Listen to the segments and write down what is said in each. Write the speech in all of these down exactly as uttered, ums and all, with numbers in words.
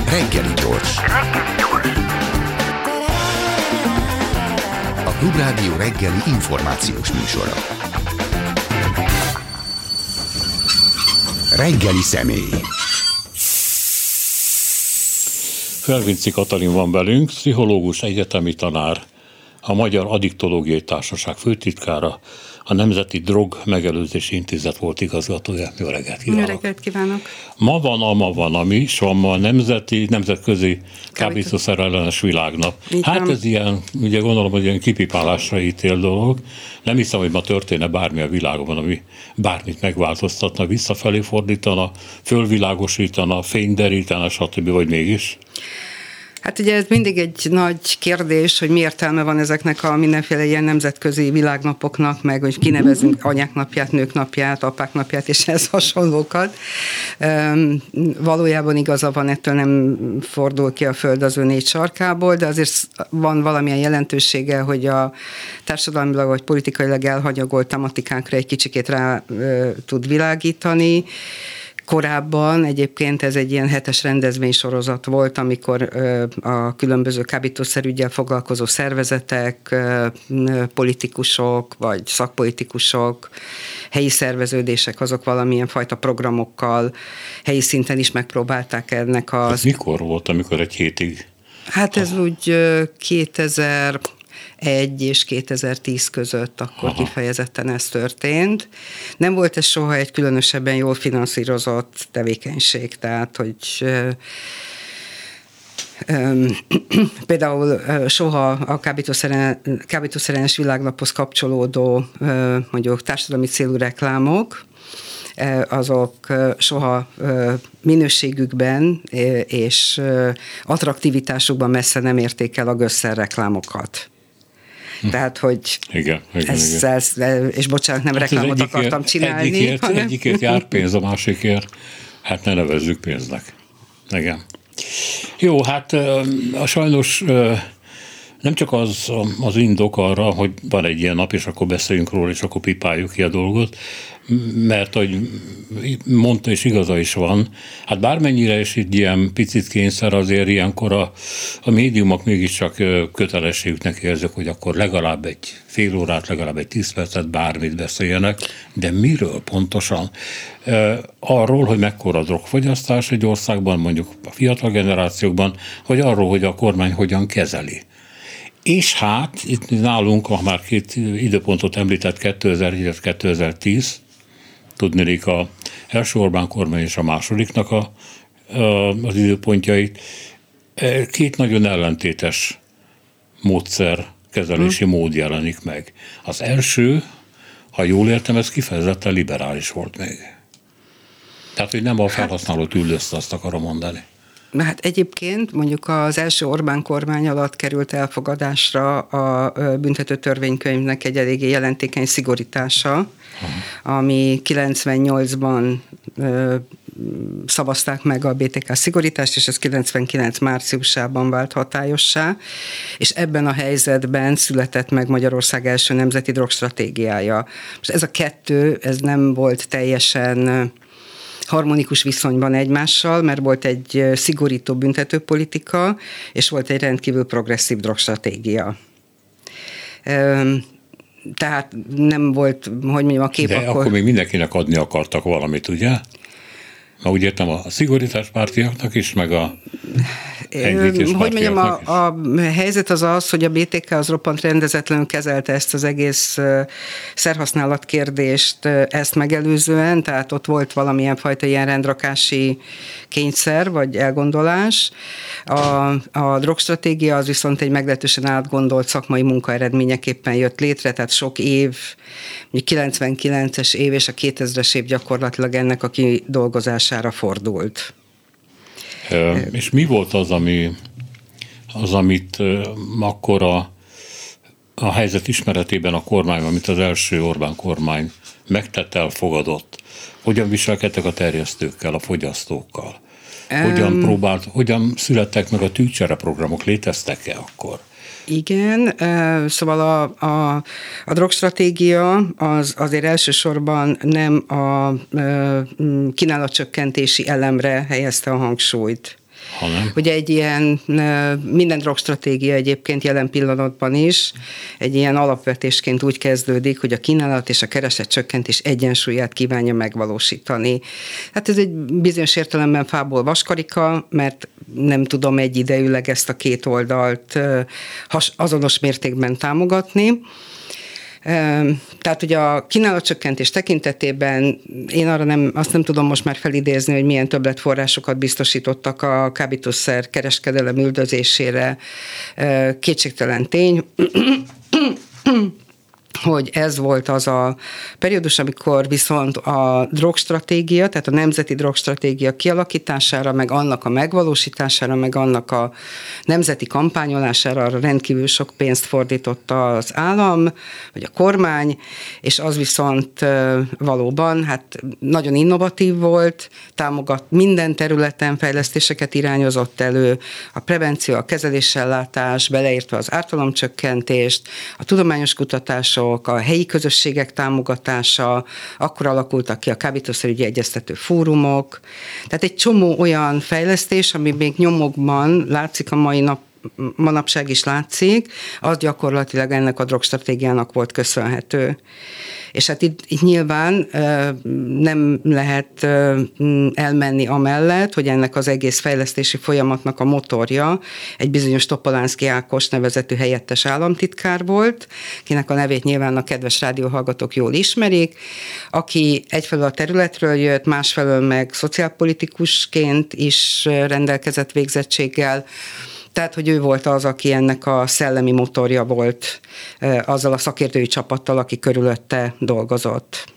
Reggeli gyors. A Klubrádió reggeli információs műsora. Reggeli személy. Felvinci Katalin van velünk, pszichológus, egyetemi tanár, a Magyar Addiktológiai Társaság főtitkára, a Nemzeti Drog Megelőzési Intézet volt igazgatója. Jó reggelt kívánok! Jó reggelt kívánok! Ma van a ma van, ami is van ma a Nemzeti, Nemzetközi Kábítószer ellenes világnap. Így hát van. Ez ilyen, ugye gondolom, hogy ilyen kipipálásra ítél dolog. Nem hiszem, hogy ma történne bármi a világban, ami bármit megváltoztatna, visszafelé fordítana, fölvilágosítana, fényderítana, stb. Vagy mégis? Hát ugye ez mindig egy nagy kérdés, hogy mi értelme van ezeknek a mindenféle ilyen nemzetközi világnapoknak, meg hogy kinevezünk anyák napját, nők napját, apák napját, és ez hasonlókat. Üm, valójában igaza van, ettől nem fordul ki a föld az ő négy sarkából, de azért van valamilyen jelentősége, hogy a társadalmilag vagy politikailag elhanyagolt tematikánkra egy kicsikét rá ö, tud világítani. Korábban egyébként ez egy ilyen hetes rendezvénysorozat volt, amikor ö, a különböző kábítószerüggyel foglalkozó szervezetek, ö, politikusok vagy szakpolitikusok, helyi szerveződések, azok valamilyen fajta programokkal helyi szinten is megpróbálták ennek az... Ez mikor volt, amikor egy hétig? Hát ez ah. úgy ö, kétezer egy és kétezer-tíz között akkor Aha. kifejezetten ez történt. Nem volt ez soha egy különösebben jól finanszírozott tevékenység, tehát hogy ö, ö, például ö, soha a kábítószerellenes világnaphoz kapcsolódó ö, mondjuk társadalmi célú reklámok, azok soha minőségükben és attraktivitásukban messze nem érték el a gösszerreklámokat. Tehát, hogy igen, igen, ezzel, igen. és bocsánat, nem hát reklámot akartam csinálni. Egyikért, hanem... egyikért jár pénz, a másikért, hát ne nevezzük pénznek. Igen. Jó, hát a sajnos nem csak az az indok arra, hogy van egy ilyen nap, és akkor beszéljünk róla, és akkor pipáljuk ki a dolgot, mert, hogy mondta, és igaza is van, hát bármennyire is egy ilyen picit kényszer, azért ilyenkor a, a médiumok mégiscsak kötelességüknek érzik, hogy akkor legalább egy fél órát, legalább egy tíz percet bármit beszéljenek, de miről pontosan? Arról, hogy mekkora drogfogyasztás egy országban, mondjuk a fiatal generációkban, vagy arról, hogy a kormány hogyan kezeli. És hát itt nálunk, ha már két időpontot említett, kétezer-hét kétezer-tíz, tudnék a első Orbán kormány és a másodiknak a, az időpontjait, két nagyon ellentétes módszer, kezelési hmm. mód jelenik meg. Az első, ha jól értem, ez kifejezetten liberális volt még. Tehát, hogy nem a felhasználót üldözte, azt akarom mondani. Hát egyébként mondjuk az első Orbán kormány alatt került elfogadásra a büntető törvénykönyvnek egy eléggé jelentékeny szigorítása, Aha. ami kilencvennyolcban ö, szavazták meg a bé té ká szigorítást, és ez kilencvenkilenc márciusában vált hatályossá, és ebben a helyzetben született meg Magyarország első nemzeti drogstratégiája. Most ez a kettő, ez nem volt teljesen harmonikus viszonyban egymással, mert volt egy szigorító büntetőpolitika, és volt egy rendkívül progresszív drogstratégia. Tehát nem volt, hogy mondjam, a kép De akkor... akkor még mindenkinek adni akartak valamit, ugye? Na úgy értem, a szigorítás pártiaknak is, meg a enyhítés Hogy mondjam, a, is. a helyzet az az, hogy a bé té ká az roppant rendezetlenül kezelte ezt az egész szerhasználat kérdést ezt megelőzően, tehát ott volt valamilyen fajta ilyen rendrakási kényszer, vagy elgondolás. A, a drogstratégia az viszont egy meglehetősen átgondolt szakmai munka eredményeképpen jött létre, tehát sok év, kilencvenkilences év és a kétezres év gyakorlatilag ennek a kidolgozására fordult. E, és mi volt az, ami, az amit akkor a, a helyzet ismeretében a kormány, amit az első Orbán kormány megtett, elfogadott? Hogyan viselkedtek a terjesztőkkel, a fogyasztókkal? Hogyan um, próbált, hogyan születtek meg a tűcsere programok? Léteztek-e akkor? Igen, szóval a, a, a drogstratégia az azért elsősorban nem a kínálatcsökkentési elemre helyezte a hangsúlyt. Hanem. Ugye egy ilyen, minden drogstratégia egyébként jelen pillanatban is egy ilyen alapvetésként úgy kezdődik, hogy a kínálat és a kereslet csökkentés egyensúlyát kívánja megvalósítani. Hát ez egy bizonyos értelemben fából vaskarika, mert nem tudom egyidejűleg ezt a két oldalt azonos mértékben támogatni. Tehát ugye a kínálatcsökkentés tekintetében én arra nem, azt nem tudom most már felidézni, hogy milyen többletforrásokat biztosítottak a kábítószer kereskedelem üldözésére. Kétségtelen tény, hogy ez volt az a periódus, amikor viszont a drogstratégia, tehát a nemzeti drogstratégia kialakítására, meg annak a megvalósítására, meg annak a nemzeti kampányolására arra rendkívül sok pénzt fordította az állam, vagy a kormány, és az viszont valóban hát nagyon innovatív volt, támogat minden területen fejlesztéseket irányozott elő, a prevenció, a kezelésellátás, beleértve az ártalomcsökkentést, a tudományos kutatások, a helyi közösségek támogatása, akkor alakultak ki a kábítószerügyi egyeztető fórumok. Tehát egy csomó olyan fejlesztés, ami még nyomokban látszik a mai nap, manapság is látszik, az gyakorlatilag ennek a drogstratégiának volt köszönhető. És hát itt, itt nyilván nem lehet elmenni amellett, hogy ennek az egész fejlesztési folyamatnak a motorja egy bizonyos Topolánszky Ákos nevezetű helyettes államtitkár volt, kinek a nevét nyilván a kedves rádióhallgatók jól ismerik, aki egyfelől a területről jött, másfelől meg szociálpolitikusként is rendelkezett végzettséggel. Tehát, hogy ő volt az, aki ennek a szellemi motorja volt azzal a szakértői csapattal, aki körülötte dolgozott.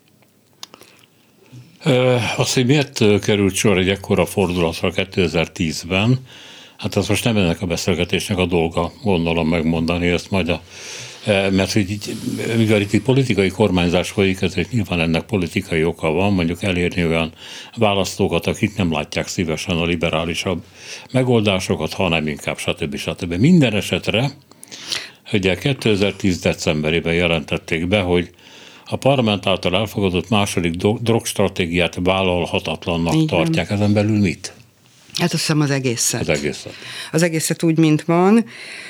Azt, hogy miért került sor egy ekkora fordulatra kétezer-tízben, hát az most nem ennek a beszélgetésnek a dolga, gondolom megmondani ezt majd a mert hogy így, mivel itt politikai kormányzás folyik, ezért nyilván ennek politikai oka van, mondjuk elérni olyan választókat, akik nem látják szívesen a liberálisabb megoldásokat, hanem inkább stb. stb. Minden esetre, ugye kétezer-tíz decemberében jelentették be, hogy a parlament által elfogadott második drogstratégiát vállalhatatlannak igen. tartják. Ezen belül mit? Hát azt hiszem az egészet. Az egészet. Az egészet úgy, mint van.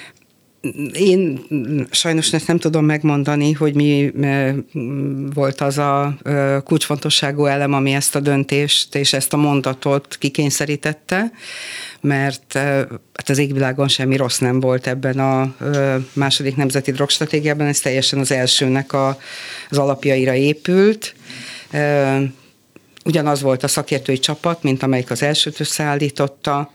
Én sajnos ezt nem tudom megmondani, hogy mi volt az a kulcsfontosságú elem, ami ezt a döntést és ezt a mondatot kikényszerítette, mert hát az égvilágon semmi rossz nem volt ebben a második nemzeti drogstratégiában, ez teljesen az elsőnek a, az alapjaira épült. Ugyanaz volt a szakértői csapat, mint amelyik az elsőt összeállította,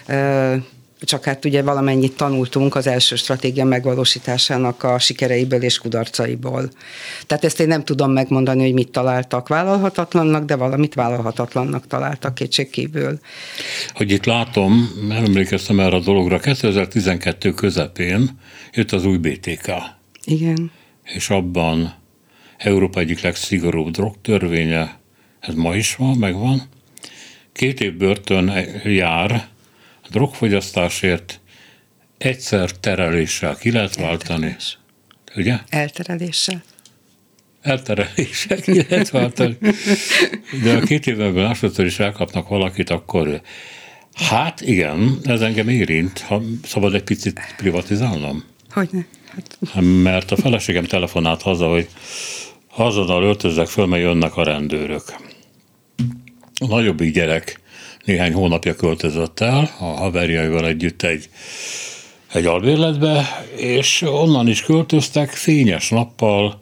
csak hát ugye valamennyit tanultunk az első stratégia megvalósításának a sikereiből és kudarcaiból. Tehát ezt én nem tudom megmondani, hogy mit találtak vállalhatatlannak, de valamit vállalhatatlannak találtak kétségkívül. Hogy itt látom, nem emlékeztem erre a dologra, kétezer-tizenkettő közepén jött az új bé té ká. Igen. És abban Európa egyik legszigorúbb drogtörvénye, ez ma is van, megvan. Két év börtön jár, a drogfogyasztásért egyszer tereléssel ki lehet váltani. Elterelés. Ugye? Eltereléssel. Eltereléssel ki lehet váltani. De a két évben másodszor is elkapnak valakit, akkor hát igen, ez engem érint, ha szabad egy picit privatizálnom. Hogyne? Hát... Mert a feleségem telefonált haza, hogy azonnal öltözzek föl, mert jönnek a rendőrök. A nagyobbik gyerek néhány hónapja költözött el, a haverjaival együtt egy, egy albérletbe, és onnan is költöztek, fényes nappal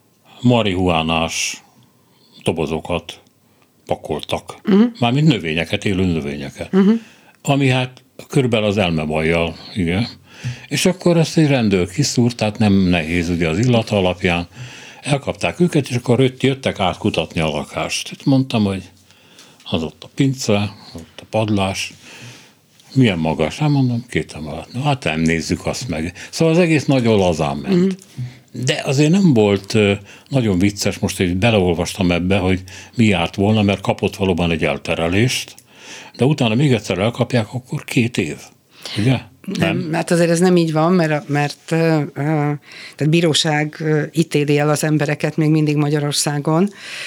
marihuánás dobozokat pakoltak. Uh-huh. Mármint növényeket, élő növényeket. Uh-huh. Ami hát körülbelül az elmebajjal, igen. És akkor ezt egy rendőr kiszúrt, tehát nem nehéz ugye az illata alapján. Elkapták őket, és akkor jöttek átkutatni a lakást. Itt mondtam, hogy az ott a pince, ott a padlás, milyen magas? Hát mondom, két emelet. No, hát nem nézzük azt meg. Szóval az egész nagyon lazán ment. Mm. De azért nem volt nagyon vicces, most így beleolvastam ebbe, hogy mi járt volna, mert kapott valóban egy elterelést, de utána még egyszer elkapják, akkor két év. Ugye? Nem, nem, hát azért ez nem így van, mert, mert tehát bíróság ítéli el az embereket még mindig Magyarországon,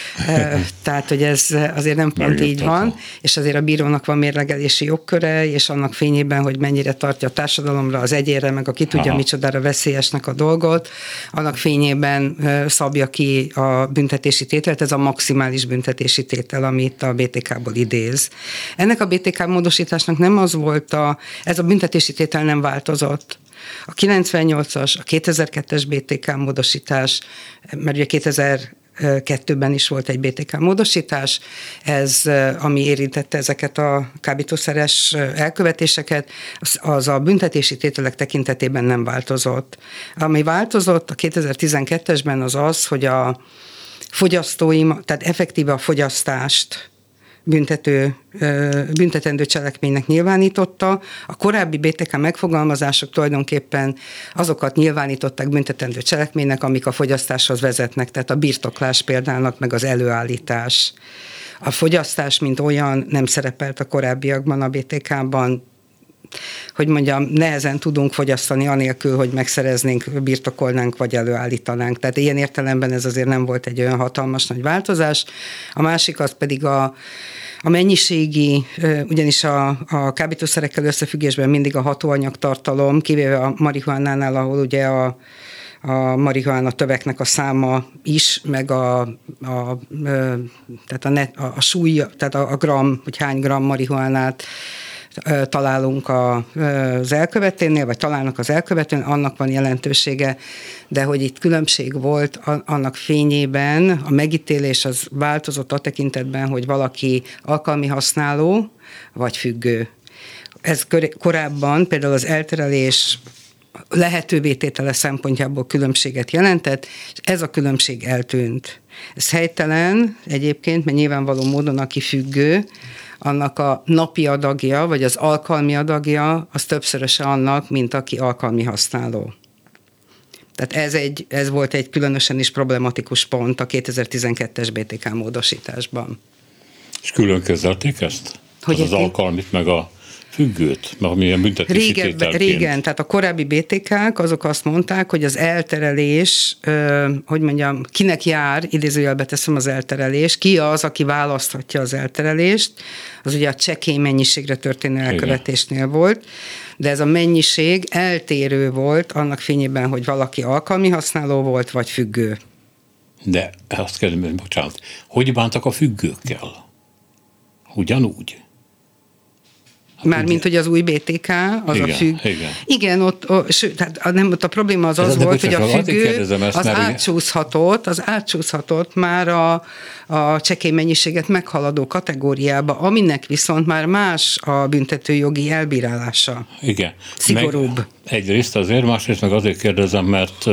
tehát hogy ez azért nem pont így van, és azért a bírónak van mérlegelési jogköre, és annak fényében, hogy mennyire tartja a társadalomra, az egyénre, meg aki tudja, aha, micsodára veszélyesnek a dolgot, annak fényében szabja ki a büntetési tételt, ez a maximális büntetési tétel, amit a bé té ká-ból idéz. Ennek a bé té ká módosításnak nem az volt a, ez a büntetési tétel nem változott. A kilencvennyolcas, a kétezer-kettes bé té ká módosítás, mert ugye kétezer-kettőben is volt egy bé té ká módosítás, ez, ami érintette ezeket a kábítószeres elkövetéseket, az a büntetési tételek tekintetében nem változott. Ami változott a kétezer-tizenkettesben az az, hogy a fogyasztói, tehát effektíve a fogyasztást büntető, büntetendő cselekménynek nyilvánította. A korábbi bé té ká megfogalmazások tulajdonképpen azokat nyilvánították büntetendő cselekménynek, amik a fogyasztáshoz vezetnek, tehát a birtoklás példának, meg az előállítás. A fogyasztás, mint olyan, nem szerepelt a korábbiakban a bé té ká-ban, hogy mondjam, nehezen tudunk fogyasztani anélkül, hogy megszereznénk, birtokolnánk, vagy előállítanánk. Tehát ilyen értelemben ez azért nem volt egy olyan hatalmas nagy változás. A másik az pedig a, a mennyiségi, ugyanis a, a kábítószerekkel összefüggésben mindig a hatóanyagtartalom, kivéve a marihuánánál, ahol ugye a a marihuána töveknek a száma is, meg a, a, tehát a, net, a, a súly, tehát a, a gram, hogy hány gram marihuánát találunk az elkövetőnél, vagy találnak az elkövetőnél, annak van jelentősége, de hogy itt különbség volt annak fényében, a megítélés az változott a tekintetben, hogy valaki alkalmi használó, vagy függő. Ez korábban például az elterelés lehetővé tétele szempontjából különbséget jelentett, és ez a különbség eltűnt. Ez helytelen egyébként, mert nyilvánvaló módon aki függő, annak a napi adagja, vagy az alkalmi adagja, az többszöröse annak, mint aki alkalmi használó. Tehát ez, egy, ez volt egy különösen is problematikus pont a kétezer-tizenkettes bé té ká módosításban. És külön kezelték ezt? Hogy az, az alkalmit, meg a függőt, meg milyen büntetési tételként. Régen, tehát a korábbi bé té ká-k azok azt mondták, hogy az elterelés, hogy mondjam, kinek jár, idézőjelbe teszem az elterelés, ki az, aki választhatja az elterelést, az ugye a csekély mennyiségre történő elkövetésnél volt, de ez a mennyiség eltérő volt annak fényében, hogy valaki alkalmi használó volt, vagy függő. De azt kérdezem, bocsánat, hogy bántak a függőkkel? Ugyanúgy? Mármint, hogy az új bé té ká, az igen, a függ. Igen, igen ott, ott, sőt, tehát nem, ott a probléma az az volt, hogy a függő az átsúszhatott, az átsúszhatott már a, a csekély mennyiséget meghaladó kategóriába, aminek viszont már más a büntetőjogi elbírálása. Igen. Szigorúbb. Meg egyrészt azért, másrészt meg azért kérdezem, mert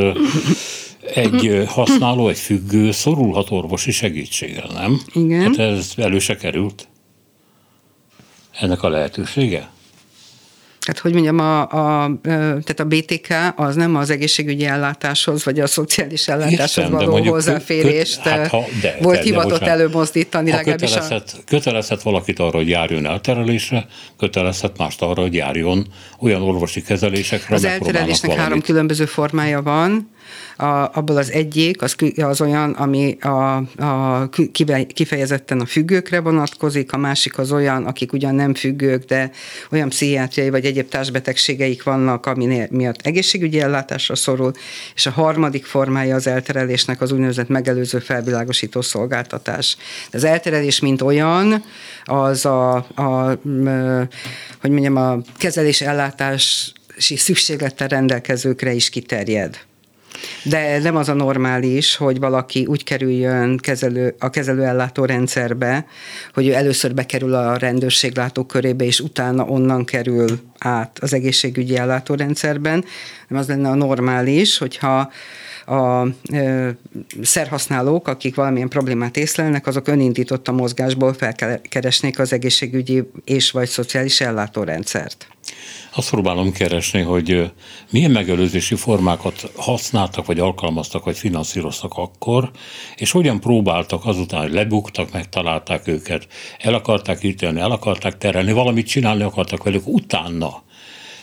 egy használó, egy függő szorulhat orvosi segítségre, nem? Igen. Hát ez elő se került. Ennek a lehetősége? Tehát, hogy mondjam, a, a, tehát a bé té ká az nem az egészségügyi ellátáshoz, vagy a szociális ellátáshoz Értem, való hozzáférést kö, hát, ha, de, volt de, hivatott de előmozdítani. Ha kötelezhet, a... kötelezhet valakit arra, hogy járjon elterelésre, kötelezhet mást arra, hogy járjon olyan orvosi kezelésekre, az elterelésnek valamit. Három különböző formája van. A, abból az egyik, az, az olyan, ami a, a, kifejezetten a függőkre vonatkozik, a másik az olyan, akik ugyan nem függők, de olyan pszichiátriai vagy egyéb társbetegségeik vannak, ami miatt egészségügyi ellátásra szorul, és a harmadik formája az elterelésnek az úgynevezett megelőző felvilágosító szolgáltatás. Az elterelés, mint olyan, az a, a, hogy mondjam, a kezelés ellátási szükséglettel rendelkezőkre is kiterjed. De nem az a normális, hogy valaki úgy kerüljön kezelő, a kezelőellátó rendszerbe, hogy ő először bekerül a rendőrség látókörébe, és utána onnan kerül át az egészségügyi ellátórendszerben. Nem az lenne a normális, hogyha a ö, szerhasználók, akik valamilyen problémát észlelnek, azok önindított a mozgásból felkeresnék az egészségügyi és vagy szociális ellátórendszert. Azt próbálom keresni, hogy milyen megelőzési formákat használtak, vagy alkalmaztak, vagy finanszíroztak akkor, és hogyan próbáltak azután, hogy lebuktak, megtalálták őket, el akarták ítélni, el akarták terelni, valamit csinálni akartak velük utána.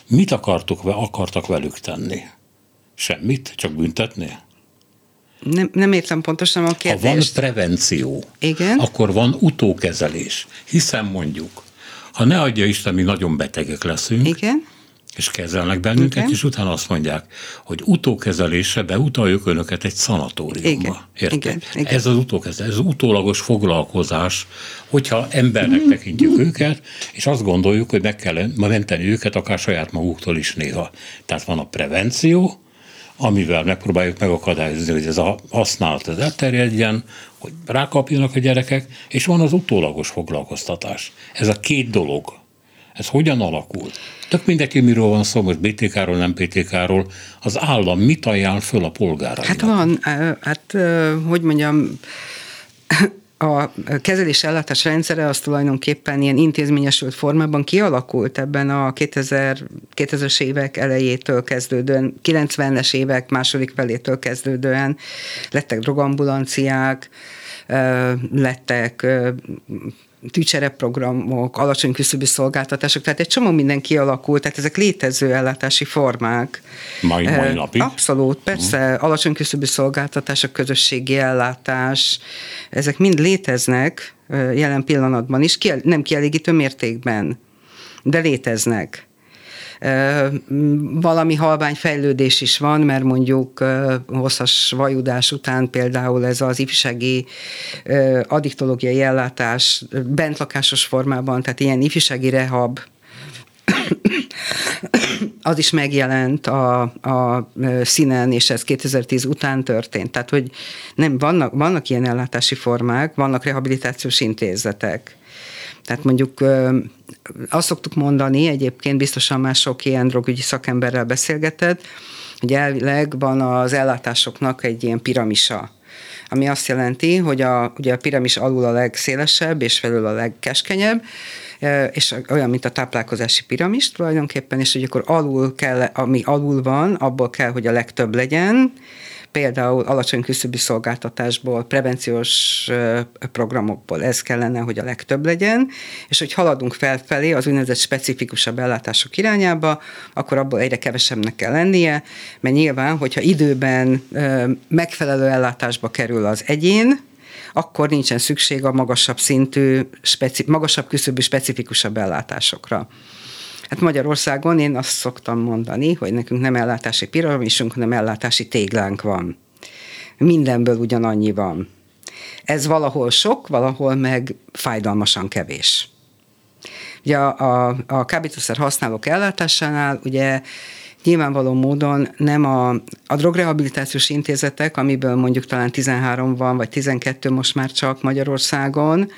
Mit akartuk, akartak velük tenni? Semmit? Csak büntetni? Nem, nem értem pontosan a kérdést. Ha van prevenció, igen? akkor van utókezelés. Hiszen mondjuk, ha ne adja Isten, mi nagyon betegek leszünk, igen? és kezelnek bennünket, igen? És utána azt mondják, hogy utókezelésre beutaljuk önöket egy szanatóriumba. Igen, igen, igen. Ez az utókezelés, ez az utólagos foglalkozás, hogyha embernek mm. tekintjük mm. őket, és azt gondoljuk, hogy meg kell menteni őket akár saját maguktól is néha. Tehát van a prevenció, amivel megpróbáljuk megakadályozni, hogy ez a használat ez elterjedjen, hogy rákapjanak a gyerekek, és van az utólagos foglalkoztatás. Ez a két dolog. Ez hogyan alakul? Tök mindegy, miről van szó, most bé té ká-ról, nem bé té ká-ról, az állam mit ajánl föl a polgárainak? Hát van, hát hogy mondjam, a kezelés ellátás rendszere az tulajdonképpen ilyen intézményesült formában kialakult ebben a kétezres évek elejétől kezdődően, kilencvenes évek második felétől kezdődően lettek drogambulanciák, lettek tűcsereprogramok, alacsony küszöbű szolgáltatások, tehát egy csomó minden kialakult, tehát ezek létező ellátási formák. Mai, mai napig? Abszolút, persze, uh. alacsony küszöbű szolgáltatások, közösségi ellátás, ezek mind léteznek jelen pillanatban is, nem kielégítő mértékben, de léteznek. Valami halvány fejlődés is van, mert mondjuk hosszas vajudás után például ez az ifjúsági addiktológiai ellátás bentlakásos formában, tehát ilyen ifjúsági rehab, az is megjelent a, a színen, és ez kétezer-tíz után történt. Tehát, hogy nem, vannak, vannak ilyen ellátási formák, vannak rehabilitációs intézetek. Tehát mondjuk azt szoktuk mondani, egyébként biztosan már sok ilyen drogügyi szakemberrel beszélgetett, hogy elvileg van az ellátásoknak egy ilyen piramisa, ami azt jelenti, hogy a, ugye a piramis alul a legszélesebb, és felül a legkeskenyebb, és olyan, mint a táplálkozási piramis tulajdonképpen, és hogy akkor alul kell, ami alul van, abból kell, hogy a legtöbb legyen, például alacsony küszöbű szolgáltatásból, prevenciós programokból ez kellene, hogy a legtöbb legyen, és hogy haladunk felfelé az úgynevezett specifikusabb ellátások irányába, akkor abból egyre kevesebbnek kell lennie, mert nyilván, hogyha időben megfelelő ellátásba kerül az egyén, akkor nincsen szükség a magasabb szintű, speci- magasabb küszöbű, specifikusabb ellátásokra. Hát Magyarországon én azt szoktam mondani, hogy nekünk nem ellátási piramisunk, hanem ellátási téglánk van. Mindenből ugyanannyi van. Ez valahol sok, valahol meg fájdalmasan kevés. Ugye a, a, a kábítószer használók ellátásánál ugye nyilvánvaló módon nem a, a drogrehabilitációs intézetek, amiből mondjuk talán tizenhárom van, vagy tizenkettő most már csak Magyarországon,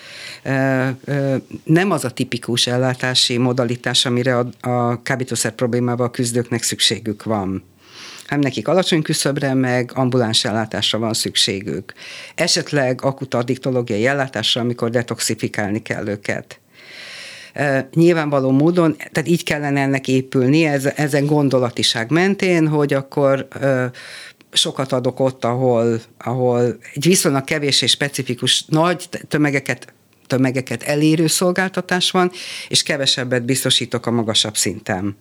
nem az a tipikus ellátási modalitás, amire a, a kábítószer problémával küzdőknek szükségük van. hanem nekik alacsony küszöbre, meg ambuláns ellátásra van szükségük. Esetleg akut addiktológiai ellátásra, amikor detoxifikálni kell őket. Nyilvánvaló módon, tehát így kellene ennek épülni, ez, ezen gondolatiság mentén, hogy akkor sokat adok ott, ahol, ahol egy viszonylag kevés és specifikus nagy tömegeket, tömegeket elérő szolgáltatás van, és kevesebbet biztosítok a magasabb szinten.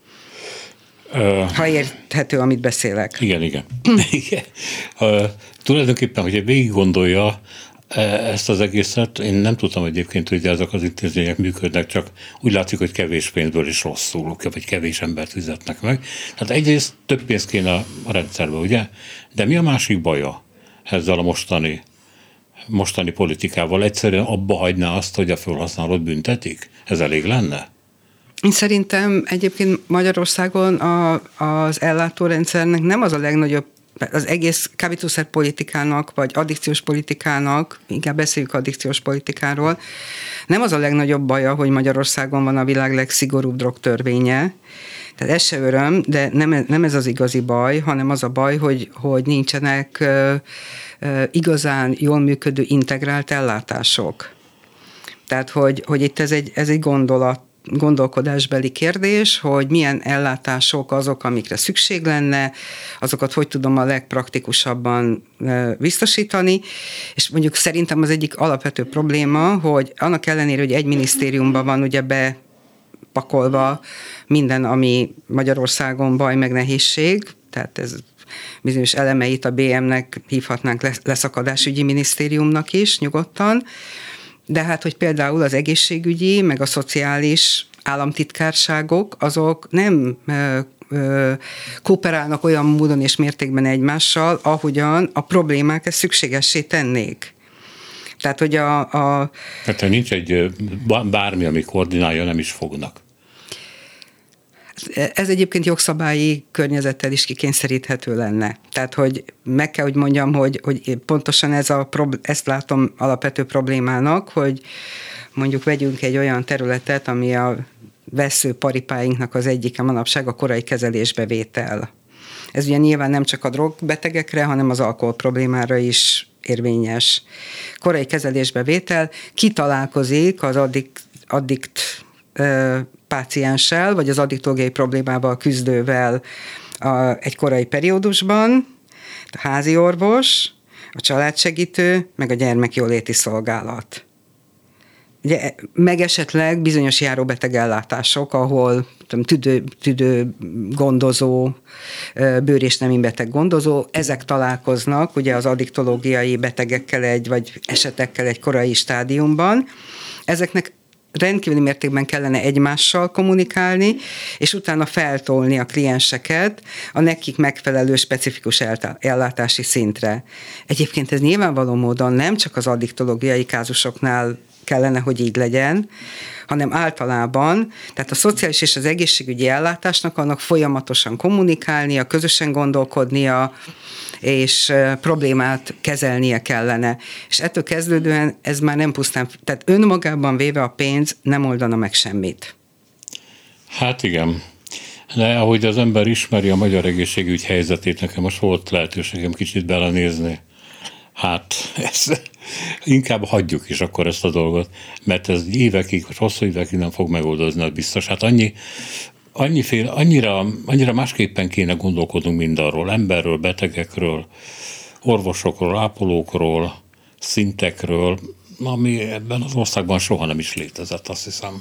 Uh, ha érthető, amit beszélek. Igen, igen. igen. Uh, tulajdonképpen, hogyha végig gondolja ezt az egészet, én nem tudtam egyébként, hogy ezek az intézmények működnek, csak úgy látszik, hogy kevés pénzből is rosszul, vagy kevés embert fizetnek meg. Tehát egyrészt több pénz kéne a rendszerbe, ugye? De mi a másik baja ezzel a mostani, mostani politikával? Egyszerűen abba hagyná azt, hogy a felhasználót büntetik? Ez elég lenne? Én szerintem egyébként Magyarországon a, az ellátórendszernek nem az a legnagyobb, az egész kábítószer politikának, vagy addikciós politikának, inkább beszéljük addikciós politikáról, nem az a legnagyobb baja, hogy Magyarországon van a világ legszigorúbb drogtörvénye. Tehát ez se öröm, de nem, nem ez az igazi baj, hanem az a baj, hogy, hogy nincsenek uh, uh, igazán jól működő integrált ellátások. Tehát, hogy, hogy itt ez egy, ez egy gondolat, gondolkodásbeli kérdés, hogy milyen ellátások azok, amikre szükség lenne, azokat hogy tudom a legpraktikusabban biztosítani, és mondjuk szerintem az egyik alapvető probléma, hogy annak ellenére, hogy egy minisztériumban van ugye be pakolva minden, ami Magyarországon baj meg nehézség, tehát ez bizonyos elemeit a bé em-nek hívhatnánk leszakadásügyi minisztériumnak is nyugodtan, de hát, hogy például az egészségügyi, meg a szociális államtitkárságok, azok nem ö, ö, kooperálnak olyan módon és mértékben egymással, ahogyan a problémák ezt szükségessé tennék. Tehát, hogy a... a Tehát, ha nincs egy bármi, ami koordinálja, nem is fognak. Ez egyébként jogszabályi környezettel is kikényszeríthető lenne. Tehát, hogy meg kell, hogy mondjam, hogy, hogy pontosan ez a, ezt látom alapvető problémának, hogy mondjuk vegyünk egy olyan területet, ami a vesszőparipáinknak az egyike manapság, a korai kezelésbe vétel. Ez ugye nyilván nem csak a drogbetegekre, hanem az alkohol problémára is érvényes. Korai kezelésbe vétel, ki találkozik az addikt, addikt pácienssel, vagy az addiktológiai problémával küzdővel a, egy korai periódusban, a házi orvos, a családsegítő, meg a gyermekjóléti szolgálat. Ugye, meg esetleg bizonyos járóbeteg ellátások, ahol tudom, tüdő, tüdő gondozó, bőr- és nemimbeteg gondozó, ezek találkoznak ugye az addiktológiai betegekkel egy, vagy esetekkel egy korai stádiumban. Ezeknek rendkívüli mértékben kellene egymással kommunikálni, és utána feltolni a klienseket a nekik megfelelő specifikus ellátási szintre. Egyébként ez nyilvánvaló módon nem csak az addiktológiai kázusoknál kellene, hogy így legyen, hanem általában, tehát a szociális és az egészségügyi ellátásnak annak folyamatosan kommunikálnia, közösen gondolkodnia, és problémát kezelnie kellene. És ettől kezdődően ez már nem pusztán, tehát önmagában véve a pénz nem oldana meg semmit. Hát igen. De ahogy az ember ismeri a magyar egészségügy helyzetét, nekem most volt lehetőségem kicsit belenézni. Hát ezt inkább hagyjuk is akkor ezt a dolgot, mert ez évekig, vagy hosszú évekig nem fog megoldozni, az biztos. Hát annyi, annyiféle, annyira, annyira másképpen kéne gondolkodnunk mindarról, emberről, betegekről, orvosokról, ápolókról, szintekről, ami ebben az országban soha nem is létezett, azt hiszem.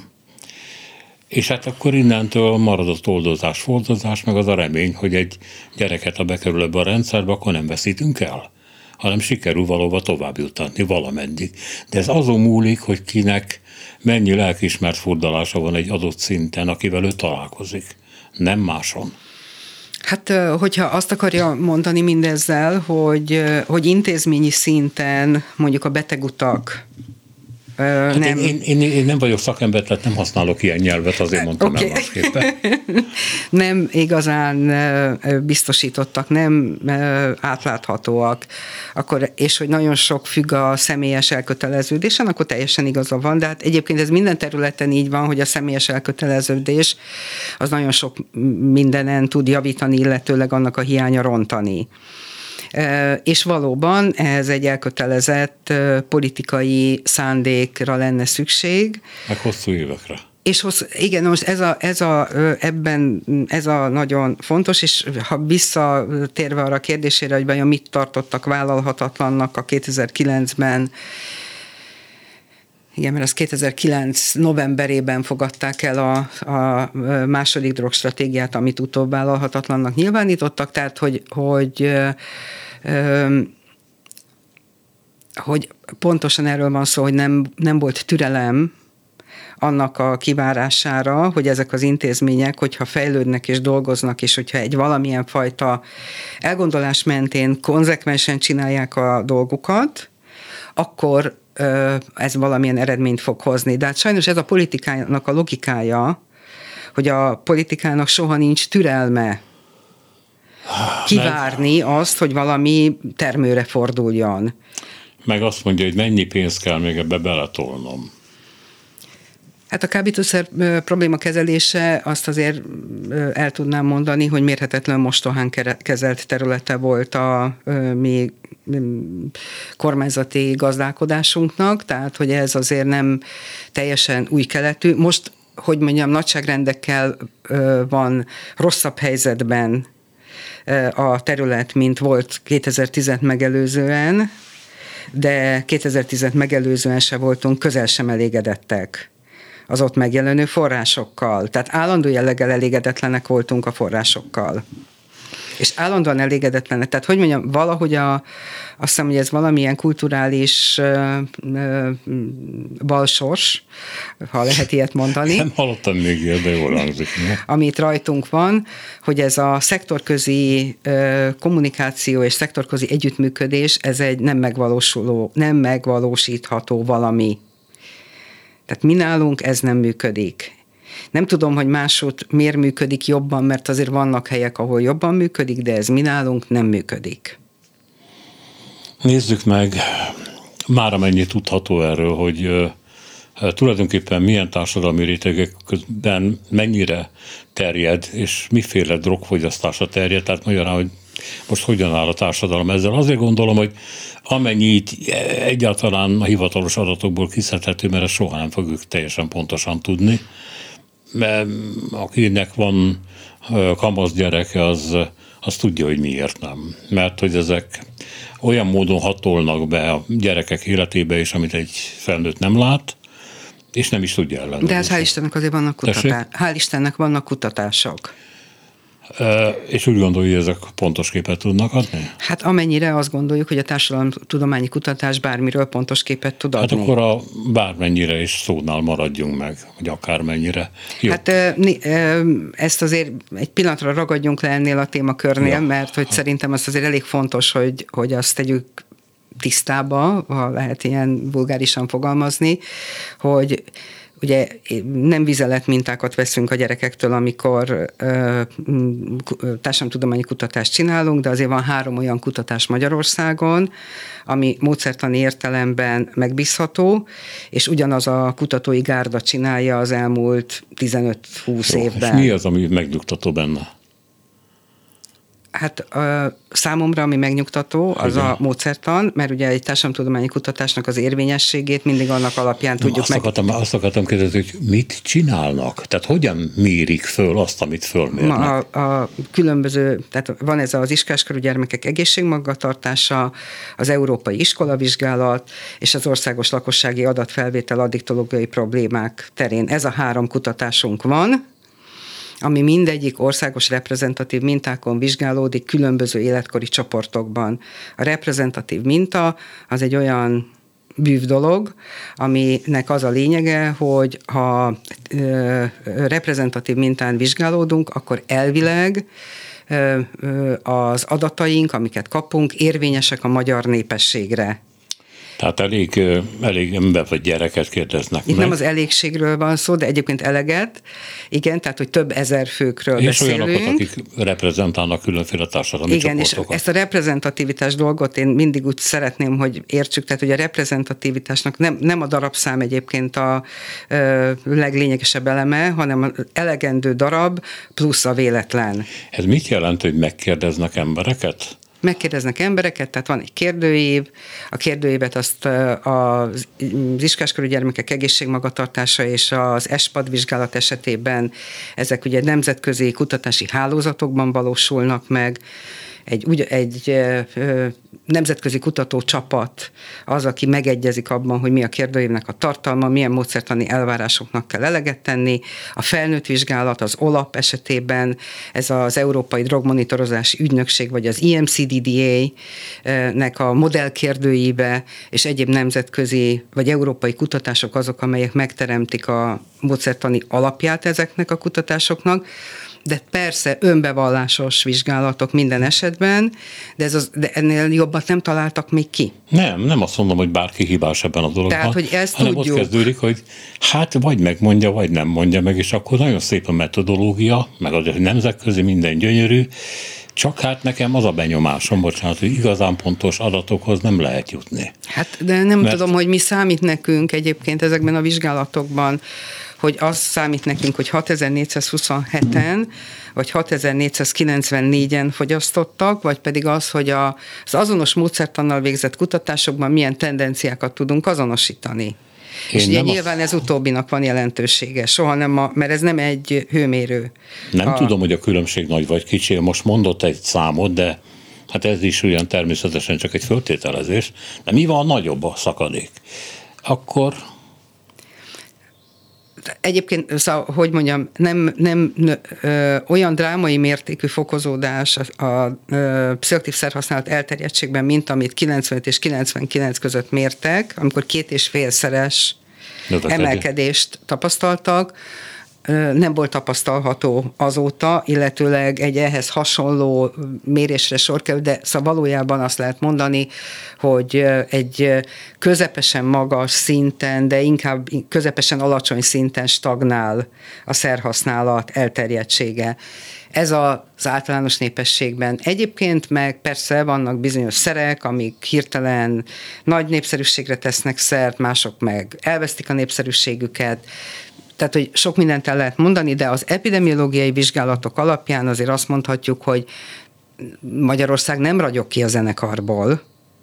És hát akkor innentől maradott oldozás, fordozás, meg az a remény, hogy egy gyereket, ha bekerül ebbe a rendszerbe, akkor nem veszítünk el, hanem sikerül valóban tovább jutatni valameddig. De ez azon múlik, hogy kinek mennyi lelkiismert furdalása van egy adott szinten, akivel ő találkozik, nem máson. Hát, hogyha azt akarja mondani mindezzel, hogy, hogy intézményi szinten mondjuk a betegutak Hát nem. Én, én, én nem vagyok szakember, tehát nem használok ilyen nyelvet, azért mondtam okay. el másképpen. Nem igazán biztosítottak, nem átláthatóak, akkor, és hogy nagyon sok függ a személyes elköteleződésen, akkor teljesen igaza van, de hát egyébként ez minden területen így van, hogy a személyes elköteleződés az nagyon sok mindenen tud javítani, illetőleg annak a hiánya rontani. És valóban ez egy elkötelezett politikai szándékra lenne szükség. Meg hosszú évekre. És hossz, igen, most ez a, ez a, ebben ez a nagyon fontos, és ha visszatérve arra a kérdésére, hogy vajon mit tartottak vállalhatatlannak a kétezer-kilencben, igen, mert az kétezer-kilenc novemberében fogadták el a, a második drogstratégiát, amit utóbb vállalhatatlannak nyilvánítottak, tehát hogy, hogy, hogy pontosan erről van szó, hogy nem, nem volt türelem annak a kivárására, hogy ezek az intézmények, hogyha fejlődnek és dolgoznak, és hogyha egy valamilyen fajta elgondolás mentén konzekvensen csinálják a dolgukat, akkor ez valamilyen eredményt fog hozni. De hát sajnos ez a politikának a logikája, hogy a politikának soha nincs türelme kivárni meg, azt, hogy valami termőre forduljon. Meg azt mondja, hogy mennyi pénzt kell még ebbe beletolnom. Hát a kábítószer probléma kezelése, azt azért el tudnám mondani, hogy mérhetetlen mostohán kezelt területe volt a mi kormányzati gazdálkodásunknak, tehát hogy ez azért nem teljesen új keletű. Most, hogy mondjam, nagyságrendekkel van rosszabb helyzetben a terület, mint volt kétezer-tízet megelőzően, de kétezer-tízet megelőzően se voltunk közel sem elégedettek az ott megjelenő forrásokkal. Tehát állandó jelleggel elégedetlenek voltunk a forrásokkal. És állandóan elégedetlenek. Tehát, hogy mondjam, valahogy a, azt hiszem, hogy ez valamilyen kulturális uh, uh, balsors, ha lehet ilyet mondani. Nem hallottam még ilyet, de jól hangzik. Amit rajtunk van, hogy ez a szektorközi uh, kommunikáció és szektorközi együttműködés, ez egy nem megvalósuló, nem megvalósítható valami. Tehát mi nálunk ez nem működik. Nem tudom, hogy máshogy miért működik jobban, mert azért vannak helyek, ahol jobban működik, de ez mi nálunk nem működik. Nézzük meg, már amennyi tudható erről, hogy uh, tulajdonképpen milyen társadalmi rétegekben mennyire terjed, és miféle drogfogyasztásra terjed, tehát magyarán, hogy most hogyan áll a társadalom ezzel. Azért gondolom, hogy amennyit egyáltalán a hivatalos adatokból kiszedhető, mert ezt soha nem fogjuk teljesen pontosan tudni, mert akinek van kamasz gyereke, az, az tudja, hogy miért nem. Mert hogy ezek olyan módon hatolnak be a gyerekek életébe is, amit egy felnőtt nem lát, és nem is tudja ellenőrizni. De hát hál' Istennek azért vannak kutatások. Hál' Istennek vannak kutatások. És úgy gondolja, hogy ezek pontos képet tudnak adni? Hát amennyire azt gondoljuk, hogy a társadalomtudományi kutatás bármiről pontos képet tud adni. Hát akkor a bármennyire is szónál maradjunk meg, vagy akármennyire. Jó. Hát ezt azért egy pillanatra ragadjunk le ennél a témakörnél, ja. mert hogy szerintem az azért elég fontos, hogy, hogy azt tegyük tisztába, ha lehet ilyen vulgárisan fogalmazni, hogy ugye nem vizelet mintákat veszünk a gyerekektől, amikor ö, társadalomtudományi kutatást csinálunk, de azért van három olyan kutatás Magyarországon, ami módszertani értelemben megbízható, és ugyanaz a kutatói gárda csinálja az elmúlt tizenöt-húsz Jó, évben. És mi az, ami megnyugtató benne? Hát ö, számomra, ami megnyugtató, az Igen. a módszertan, mert ugye egy társadalomtudományi kutatásnak az érvényességét mindig annak alapján tudjuk azt meg... Akartam, azt akartam kérdezni, hogy mit csinálnak? Tehát hogyan mérik föl azt, amit fölmérnek? A, a különböző, tehát van ez az iskáskorú gyermekek egészségmagatartása, az európai iskolavizsgálat, és az országos lakossági adatfelvétel addiktológiai problémák terén. Ez a három kutatásunk van, ami mindegyik országos reprezentatív mintákon vizsgálódik különböző életkori csoportokban. A reprezentatív minta az egy olyan bűvdolog, aminek az a lényege, hogy ha ö, reprezentatív mintán vizsgálódunk, akkor elvileg ö, ö, az adataink, amiket kapunk, érvényesek a magyar népességre. Tehát elég, elég ember vagy gyereket kérdeznek Itt meg. nem az elégségről van szó, de egyébként eleget. Igen, tehát, hogy több ezer főkről és beszélünk. És olyanokat, akik reprezentálnak különféle társadalmi Igen, csoportokat. És ezt a reprezentativitás dolgot én mindig úgy szeretném, hogy értsük, tehát, hogy a reprezentativitásnak nem, nem a darabszám egyébként a ö, leglényegesebb eleme, hanem az elegendő darab plusz a véletlen. Ez mit jelent, hogy megkérdeznek embereket? Megkérdeznek embereket, tehát van egy kérdőív, a kérdőívet azt az iskáskorú gyermekek egészségmagatartása és az es pad vizsgálat esetében ezek ugye nemzetközi kutatási hálózatokban valósulnak meg, egy, úgy, egy ö, nemzetközi kutatócsapat az, aki megegyezik abban, hogy mi a kérdőívnek a tartalma, milyen módszertani elvárásoknak kell eleget tenni. A felnőtt vizsgálat az o lap esetében, ez az Európai Drogmonitorozási Ügynökség, vagy az i em cé dé dé á-nek a modellkérdőíve, és egyéb nemzetközi, vagy európai kutatások azok, amelyek megteremtik a módszertani alapját ezeknek a kutatásoknak. De persze önbevallásos vizsgálatok minden esetben, de, ez az, de ennél jobbat nem találtak még ki. Nem, nem azt mondom, hogy bárki hibás ebben a dologban. Tehát, hogy ezt hanem tudjuk. Ott kezdődik, hogy hát vagy megmondja, vagy nem mondja meg, és akkor nagyon szép a metodológia, meg az, hogy nemzetközi minden gyönyörű, csak hát nekem az a benyomásom, bocsánat, hogy igazán pontos adatokhoz nem lehet jutni. Hát, de nem Mert... tudom, hogy mi számít nekünk egyébként ezekben a vizsgálatokban, hogy az számít nekünk, hogy hatezer-négyszázhuszonheten vagy hatezer-négyszázkilencvennégyen fogyasztottak, vagy pedig az, hogy a, az azonos módszertannal végzett kutatásokban milyen tendenciákat tudunk azonosítani. Én és ugye nyilván azt... ez utóbbinak van jelentősége, soha nem, a, mert ez nem egy hőmérő. Nem a... tudom, hogy a különbség nagy vagy kicsi, most mondott egy számot, de hát ez is olyan természetesen csak egy föltételezés, de mi van nagyobb a szakadék? Akkor... Egyébként, szóval, hogy mondjam, nem, nem ö, olyan drámai mértékű fokozódás a, a ö, pszichoaktív szerhasználat elterjedtségben, mint amit kilencvenöt és kilencvenkilenc között mértek, amikor két és félszeres emelkedést tapasztaltak, nem volt tapasztalható azóta, illetőleg egy ehhez hasonló mérésre sor kerül, de szóval valójában azt lehet mondani, hogy egy közepesen magas szinten, de inkább közepesen alacsony szinten stagnál a szerhasználat elterjedtsége. Ez az általános népességben. Egyébként meg persze vannak bizonyos szerek, amik hirtelen nagy népszerűségre tesznek szert, mások meg elvesztik a népszerűségüket. Tehát, hogy sok mindent el lehet mondani, de az epidemiológiai vizsgálatok alapján azért azt mondhatjuk, hogy Magyarország nem ragyog ki a zenekarból.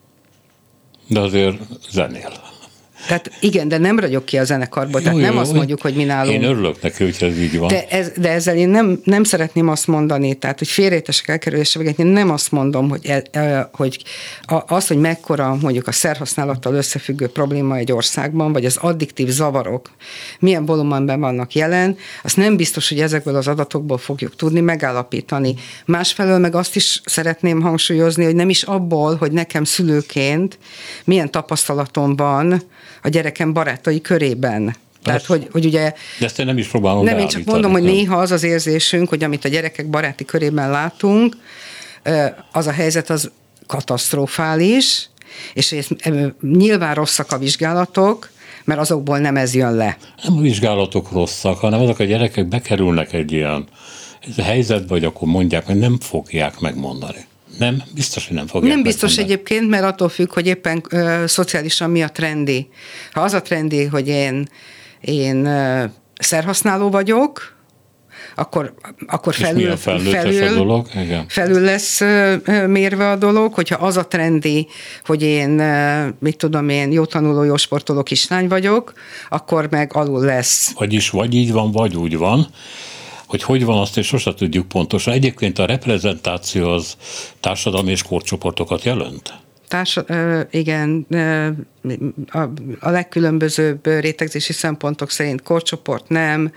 De azért zenél. Tehát igen, de nem ragyog ki a zenekarból, jó, tehát jó, nem jó, azt mondjuk, hogy mi nálunk. Én örülök neki, hogy ez így van. De, ez, de ezzel én nem, nem szeretném azt mondani, tehát, hogy félreértések elkerülése véget, én nem azt mondom, hogy, el, hogy az, hogy mekkora mondjuk a szerhasználattal összefüggő probléma egy országban, vagy az addiktív zavarok milyen volumenben vannak jelen, azt nem biztos, hogy ezekből az adatokból fogjuk tudni megállapítani. Másfelől meg azt is szeretném hangsúlyozni, hogy nem is abból, hogy nekem szülőként milyen tapasztalatom van a gyerekem barátai körében. Tehát, hogy, hogy ugye... De ezt én nem is próbálom Nem, én csak mondom, hogy néha az az érzésünk, hogy amit a gyerekek baráti körében látunk, az a helyzet az katasztrofális, és nyilván rosszak a vizsgálatok, mert azokból nem ez jön le. Nem a vizsgálatok rosszak, hanem azok a gyerekek bekerülnek egy ilyen helyzetbe, hogy akkor mondják, hogy nem fogják megmondani. Nem, biztos, hogy nem fogják. Nem biztos megmondani. Egyébként, mert attól függ, hogy éppen ö, szociálisan mi a trendi. Ha az a trendi, hogy én, én ö, szerhasználó vagyok, akkor, akkor felül, felül, dolog? Igen. felül lesz ö, mérve a dolog, hogyha az a trendi, hogy én, ö, mit tudom én, jó tanuló, jó sportoló kislány vagyok, akkor meg alul lesz. Vagyis vagy így van, vagy úgy van. Hogy hogy van, azt és sosem tudjuk pontosan. Egyébként a reprezentáció az társadalmi és korcsoportokat jelent? Társa, igen, a, a legkülönbözőbb rétegzési szempontok szerint korcsoport nem,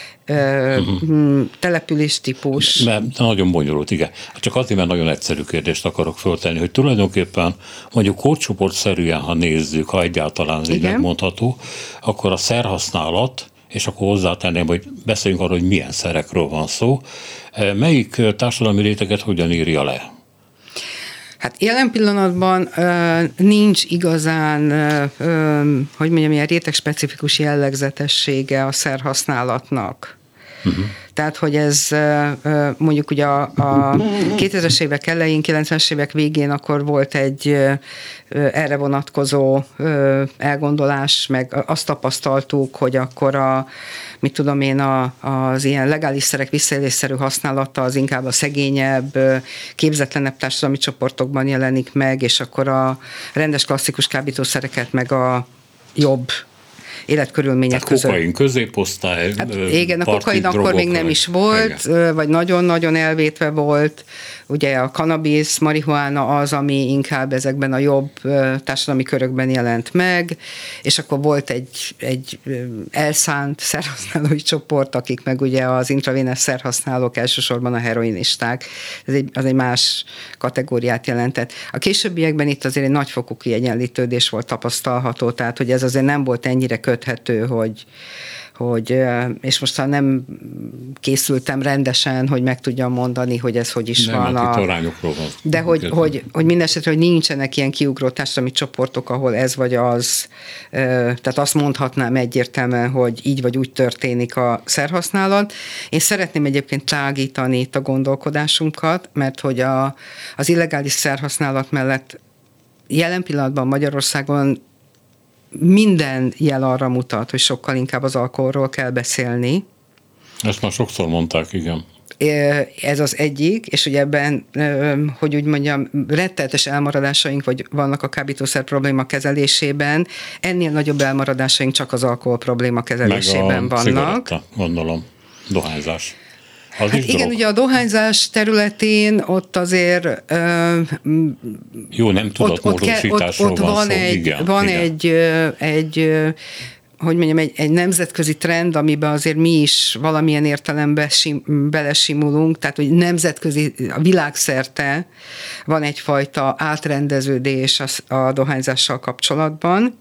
uh-huh. település típus. Mert nagyon bonyolult, igen. Csak azért, mert nagyon egyszerű kérdést akarok föltenni, hogy tulajdonképpen mondjuk korcsoportszerűen, ha nézzük, ha egyáltalán így megmondható, akkor a szerhasználat, és akkor hozzátenném, hogy beszéljünk arról, hogy milyen szerekről van szó. Melyik társadalmi réteget hogyan írja le? Hát jelen pillanatban uh, nincs igazán, uh, um, hogy mondjam, ilyen rétegspecifikus jellegzetessége a szerhasználatnak. Uh-huh. Tehát, hogy ez uh, mondjuk ugye a, a kétezres évek elején, kilencvenes évek végén akkor volt egy uh, erre vonatkozó uh, elgondolás, meg azt tapasztaltuk, hogy akkor a, mit tudom én, a, az ilyen legális szerek visszaélésszerű használata az inkább a szegényebb, képzetlenebb társadalmi csoportokban jelenik meg, és akkor a rendes klasszikus kábítószereket meg a jobb életkörülmények hát között. Kokain középosztály. Hát igen, a kokain akkor még nem is volt, igen. Vagy nagyon-nagyon elvétve volt. Ugye a kannabisz, marihuána az, ami inkább ezekben a jobb társadalmi körökben jelent meg, és akkor volt egy, egy elszánt szerhasználói csoport, akik meg ugye az intravénás szerhasználók, elsősorban a heroinisták. Ez egy, az egy más kategóriát jelentett. A későbbiekben itt azért egy nagyfokú kiegyenlítődés volt tapasztalható, tehát hogy ez azért nem volt ennyire köthető, hogy hogy, és most nem készültem rendesen, hogy meg tudjam mondani, hogy ez hogy is nem, van. Hát a, arányokról van. de hogy, hogy, hogy mindesetre, hogy nincsenek ilyen kiugró társadalmi csoportok, ahol ez vagy az, tehát azt mondhatnám egyértelműen, hogy így vagy úgy történik a szerhasználat. Én szeretném egyébként tágítani itt a gondolkodásunkat, mert hogy a, az illegális szerhasználat mellett jelen pillanatban Magyarországon minden jel arra mutat, hogy sokkal inkább az alkoholról kell beszélni. Ezt már sokszor mondták, igen. Ez az egyik, és ugye ebben, hogy úgy mondjam, rettenetes elmaradásaink vagy vannak a kábítószer probléma kezelésében, ennél nagyobb elmaradásaink csak az alkohol probléma kezelésében meg a vannak. Cigaretta, gondolom, dohányzás. Az hát igen, drog. Ugye a dohányzás területén ott azért... Ö, Jó, nem tudatmódosításról ott, ott, ott van van szó. Egy, igen, van igen. egy, egy hogy mondjam, egy, egy nemzetközi trend, amiben azért mi is valamilyen értelemben sim, belesimulunk, tehát hogy nemzetközi, a világszerte van egyfajta átrendeződés a, a dohányzással kapcsolatban,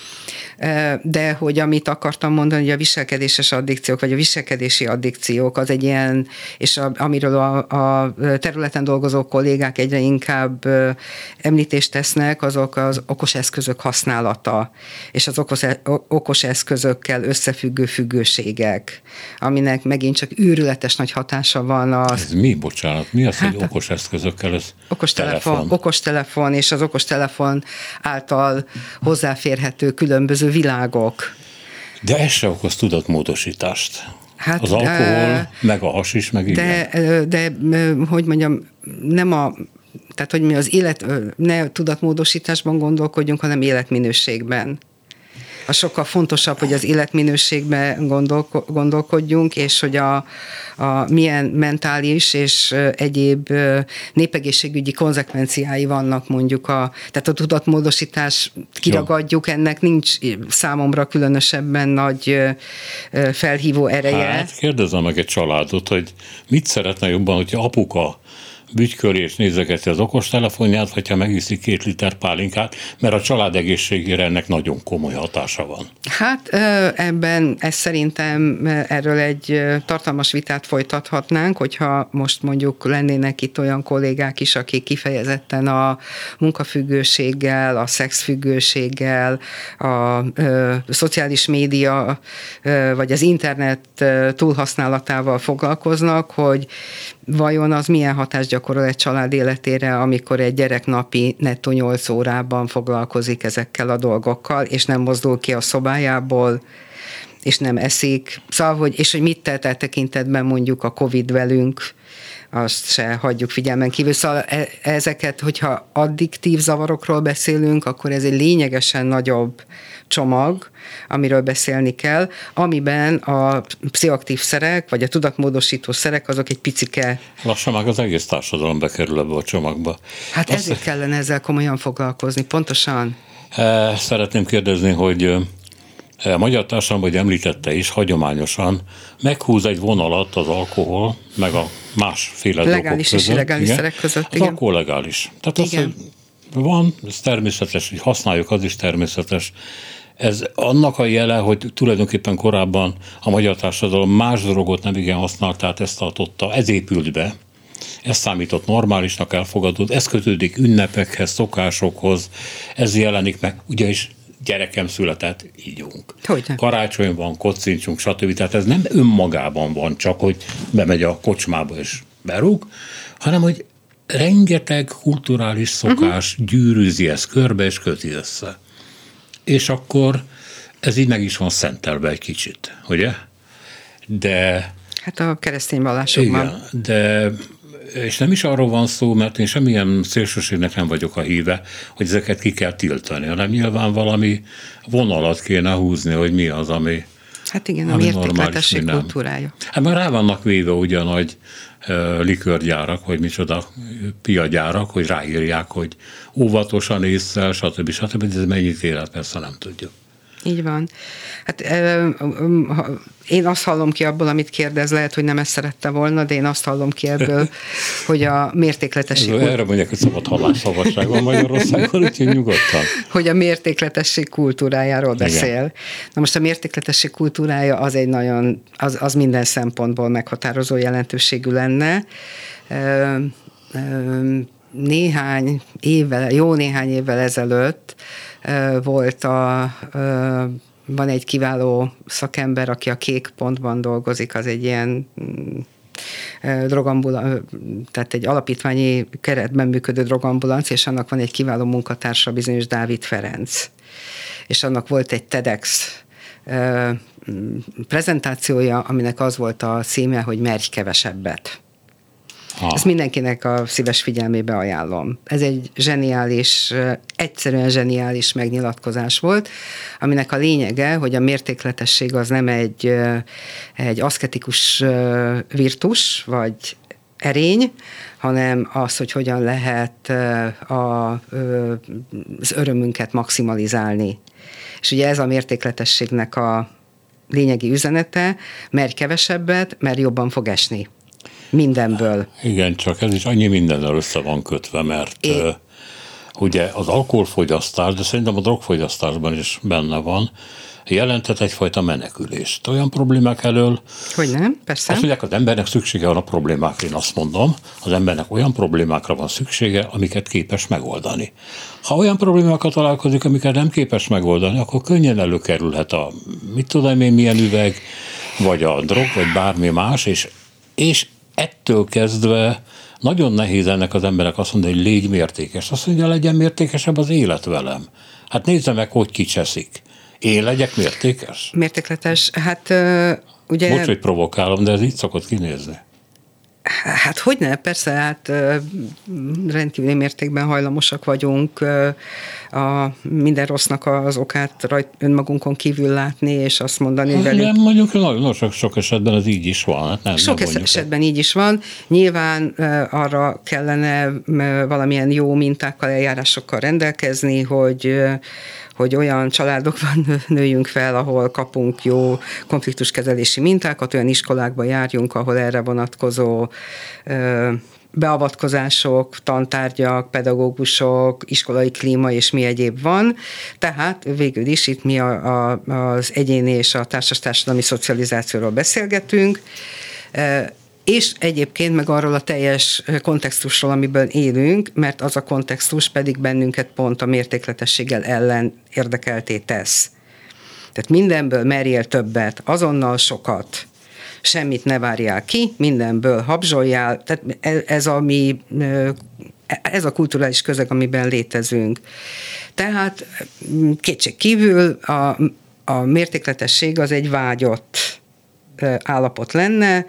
de hogy amit akartam mondani, hogy a viselkedéses addikciók, vagy a viselkedési addikciók az egy ilyen, és a, amiről a, a területen dolgozó kollégák egyre inkább említést tesznek, azok az okos eszközök használata, és az okos, okos eszközökkel összefüggő függőségek, aminek megint csak őrületes nagy hatása van. Az, Ez mi, bocsánat, mi az, hát hogy okos eszközökkel? Ez okos telefon, telefon. Okos telefon, és az okos telefon által hozzáférhető különböző világok. De ez se okoz tudatmódosítást. Hát, az alkohol, de, meg a hasis, meg de, igen. De, hogy mondjam, nem a, tehát hogy mi az élet, ne tudatmódosításban gondolkodjunk, hanem életminőségben. Az sokkal fontosabb, hogy az életminőségben gondolko- gondolkodjunk, és hogy a, a milyen mentális és egyéb népegészségügyi konzekvenciái vannak mondjuk a, tehát a tudatmódosítás kiragadjuk, ennek nincs számomra különösebben nagy felhívó ereje. Hát kérdezzem meg egy családot, hogy mit szeretne jobban, hogyha apuka bütyköli és nézegeti az okostelefonját, vagy ha megiszik két liter pálinkát, mert a család egészségére ennek nagyon komoly hatása van. Hát ebben ez szerintem erről egy tartalmas vitát folytathatnánk, hogyha most mondjuk lennének itt olyan kollégák is, akik kifejezetten a munkafüggőséggel, a szexfüggőséggel, a, a szociális média vagy az internet túlhasználatával foglalkoznak, hogy vajon az milyen hatást gyakorol egy család életére, amikor egy gyerek napi nettó nyolc órában foglalkozik ezekkel a dolgokkal, és nem mozdul ki a szobájából, és nem eszik. Szóval, hogy, és hogy mit tett el tekintetben mondjuk a Covid velünk, azt se hagyjuk figyelmen kívül. Szóval ezeket, hogyha addiktív zavarokról beszélünk, akkor ez egy lényegesen nagyobb csomag, amiről beszélni kell, amiben a pszichoaktív szerek, vagy a tudatmódosító szerek, azok egy picike... Lassan már az egész társadalom bekerül ebbe a csomagba. Hát Azt ezért kellene ezzel komolyan foglalkozni, pontosan. Szeretném kérdezni, hogy a magyar társadalom, hogy említette is, hagyományosan meghúz egy vonalat az alkohol, meg a másféle legális drogok és illegális szerek között, az igen. Alkohol legális. Tehát az, hogy van, ez természetes, hogy használjuk, az is természetes. Ez annak a jele, hogy tulajdonképpen korábban a magyar társadalom más drogot nem igen használt, tehát ezt tartotta, ez épült be, ez számított normálisnak, elfogadott, ez kötődik ünnepekhez, szokásokhoz, ez jelenik meg, ugyanis gyerekem született, ígyunk. Hogyne? Karácsony van, kocincsunk, stb. Tehát ez nem önmagában van csak, hogy bemegy a kocsmába és berúg, hanem hogy rengeteg kulturális szokás uh-huh. gyűrűzi ezt körbe és köti össze. És akkor ez így meg is van szentelve egy kicsit, ugye? De... Hát a keresztény vallásokban. Igen, de... És nem is arról van szó, mert én semmilyen szélsőségnek nem vagyok a híve, hogy ezeket ki kell tiltani, hanem nyilván valami vonalat kéne húzni, hogy mi az, ami Hát igen, a mértékletesség kultúrája. Hát már rá vannak véve ugye a nagy uh, likörgyárak, vagy micsoda piagyárak, hogy ráírják, hogy óvatosan ésszel, stb. stb. De ez mennyit élet, persze nem tudjuk. Így van. Hát ö, ö, én azt hallom ki abból, amit kérdez, lehet, hogy nem ezt szerette volna, de én azt hallom ki ebből, hogy a mértékletesség... Erre kultúra... mondják, hogy szabad hallásszabadság van Magyarországon, úgyhogy nyugodtan. Hogy a mértékletesség kultúrájáról beszél. Igen. Na most a mértékletesség kultúrája az egy nagyon, az, az minden szempontból meghatározó jelentőségű lenne. Ö, ö, néhány évvel, jó néhány évvel ezelőtt volt a, van egy kiváló szakember, aki a Kék Pontban dolgozik, az egy ilyen drogambulancia, tehát egy alapítványi keretben működő drogambulancia, és annak van egy kiváló munkatársa, bizonyos Dávid Ferenc. És annak volt egy TEDx prezentációja, aminek az volt a címe, hogy merj kevesebbet. Ha. Ezt mindenkinek a szíves figyelmébe ajánlom. Ez egy zseniális, egyszerűen zseniális megnyilatkozás volt, aminek a lényege, hogy a mértékletesség az nem egy, egy aszketikus virtus, vagy erény, hanem az, hogy hogyan lehet a, az örömünket maximalizálni. És ugye ez a mértékletességnek a lényegi üzenete, merj kevesebbet, mert jobban fog esni. Mindenből. Igen, csak ez is annyi mindennel össze van kötve, mert é. uh, ugye az alkoholfogyasztás, de szerintem a drogfogyasztásban is benne van, jelentett egyfajta menekülést. Olyan problémák elől, hogy nem, persze. Azt mondják, az embernek szüksége van a problémákra, én azt mondom, az embernek olyan problémákra van szüksége, amiket képes megoldani. Ha olyan problémákat találkozik, amiket nem képes megoldani, akkor könnyen előkerülhet a mit tudom én milyen üveg, vagy a drog, vagy bármi más, és, és ettől kezdve nagyon nehéz ennek az emberek azt mondani, hogy légy mértékes. Azt mondja, legyen mértékesebb az élet velem. Hát nézze meg, hogy kicseszik. Én legyek mértékes? Mértékletes, hát uh, ugye... Bocs, hogy provokálom, de ez így szokott kinézni. Hát hogyne, persze, hát uh, rendkívüli mértékben hajlamosak vagyunk uh, a minden rossznak az okát rajt önmagunkon kívül látni, és azt mondani hát velünk. Nem, mondjuk nagyon sok, sok esetben ez így is van. Hát nem, sok nem esetben így is van. Nyilván uh, arra kellene uh, valamilyen jó mintákkal, eljárásokkal rendelkezni, hogy uh, hogy olyan családokban nőjünk fel, ahol kapunk jó konfliktuskezelési mintákat, olyan iskolákba járjunk, ahol erre vonatkozó ö, beavatkozások, tantárgyak, pedagógusok, iskolai klíma és mi egyéb van. Tehát végül is itt mi a, a, az egyéni és a társas társadalmi szocializációról beszélgetünk, és egyébként meg arról a teljes kontextusról, amiből élünk, mert az a kontextus pedig bennünket pont a mértékletességgel ellen érdekelté tesz. Tehát mindenből merjél többet, azonnal sokat, semmit ne várjál ki, mindenből habzsoljál, tehát ez a, mi, ez a kulturális közeg, amiben létezünk. Tehát kétség kívül a, a mértékletesség az egy vágyott állapot lenne.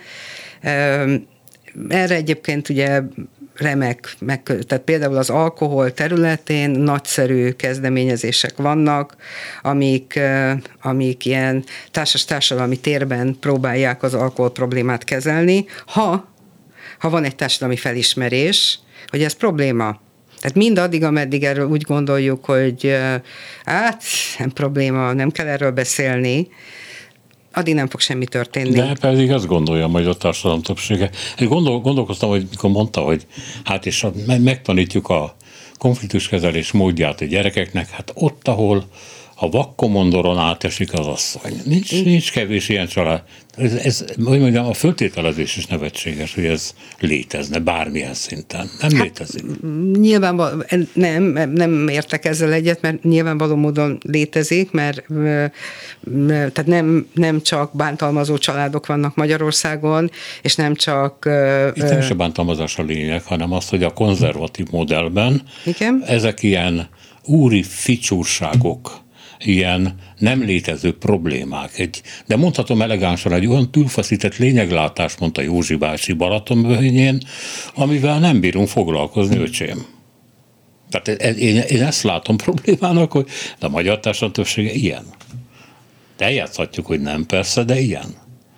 Erre egyébként ugye remek, meg, tehát például az alkohol területén nagyszerű kezdeményezések vannak, amik, amik ilyen társas társadalmi térben próbálják az alkohol problémát kezelni, ha, ha van egy társadalmi felismerés, hogy ez probléma. Tehát mindaddig, ameddig erről úgy gondoljuk, hogy hát nem probléma, nem kell erről beszélni, addig nem fog semmi történni. De pedig azt gondolja majd a társadalom többsége. Gondol, gondolkoztam, hogy mikor mondta, hogy hát és megtanítjuk a konfliktuskezelés módját a gyerekeknek, hát ott, ahol a vakkomondoron átesik az asszony. Nincs, nincs kevés ilyen család. Ez, ez, hogy mondjam, a föltételezés is nevetséges, hogy ez létezne bármilyen szinten. Nem hát, létezik. Nyilvánvaló, nem, nem értek ezzel egyet, mert nyilvánvaló módon létezik, mert tehát nem, nem csak bántalmazó családok vannak Magyarországon, és nem csak... Itt nem is a bántalmazás a lényeg, hanem az, hogy a konzervatív modellben igen? Ezek ilyen úri ficsúrságok, ilyen nem létező problémák. Egy, de mondhatom elegánsan, egy olyan túlfeszített lényeglátás, mondta Józsi bácsi Balatonvölgyén, amivel nem bírunk foglalkozni, öcsém. Tehát én, én ezt látom problémának, hogy a magyar társadalom többsége ilyen. De eljátszhatjuk, hogy nem persze, de ilyen.